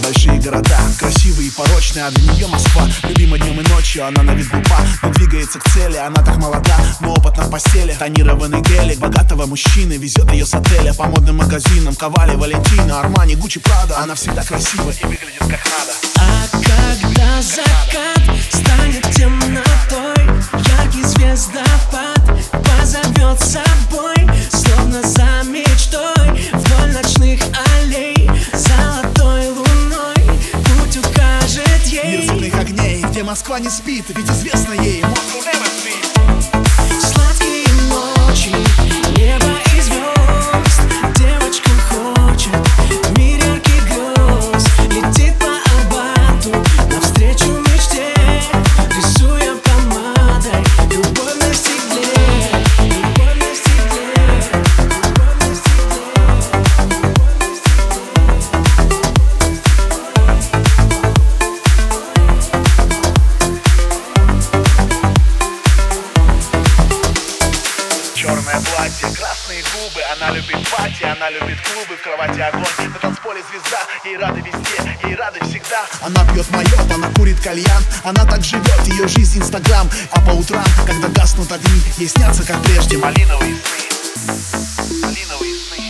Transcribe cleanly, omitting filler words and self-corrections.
большие города, красивые и порочные, а для нее Москва любима днем и ночью, она на вид глупа, но двигается к цели. Она так молода, но опытна в постели. Тонированный гелик богатого мужчины везет ее с отеля по модным магазинам. Ковали, Валентина, Армани, Гуччи, Прада. Она всегда красива и выглядит как надо. А когда закат станет темнотой, яркий звездопад позовет с собой, словно за мечтой, вдоль ночных аллей, золотой луной путь укажет ей. Мир цветных огней, где Москва не спит, ведь известно ей Moscow never sleep. Сладкие ночи, небо и звезд, девочка хочет в мир ярких грез. Летит по Арбату навстречу мечте, рисуя помадой любовь на стекле, любовь на стекле, любовь на стекле, любовь на Черное платье, красные губы. Она любит пати, она любит клубы. В кровати огонь, на танцполе звезда. Ей рады везде, ей рады всегда. Она пьет майот, она курит кальян. Она так живет, ее жизнь инстаграм. А по утрам, когда гаснут огни, ей снятся как прежде малиновые сны. Малиновые сны.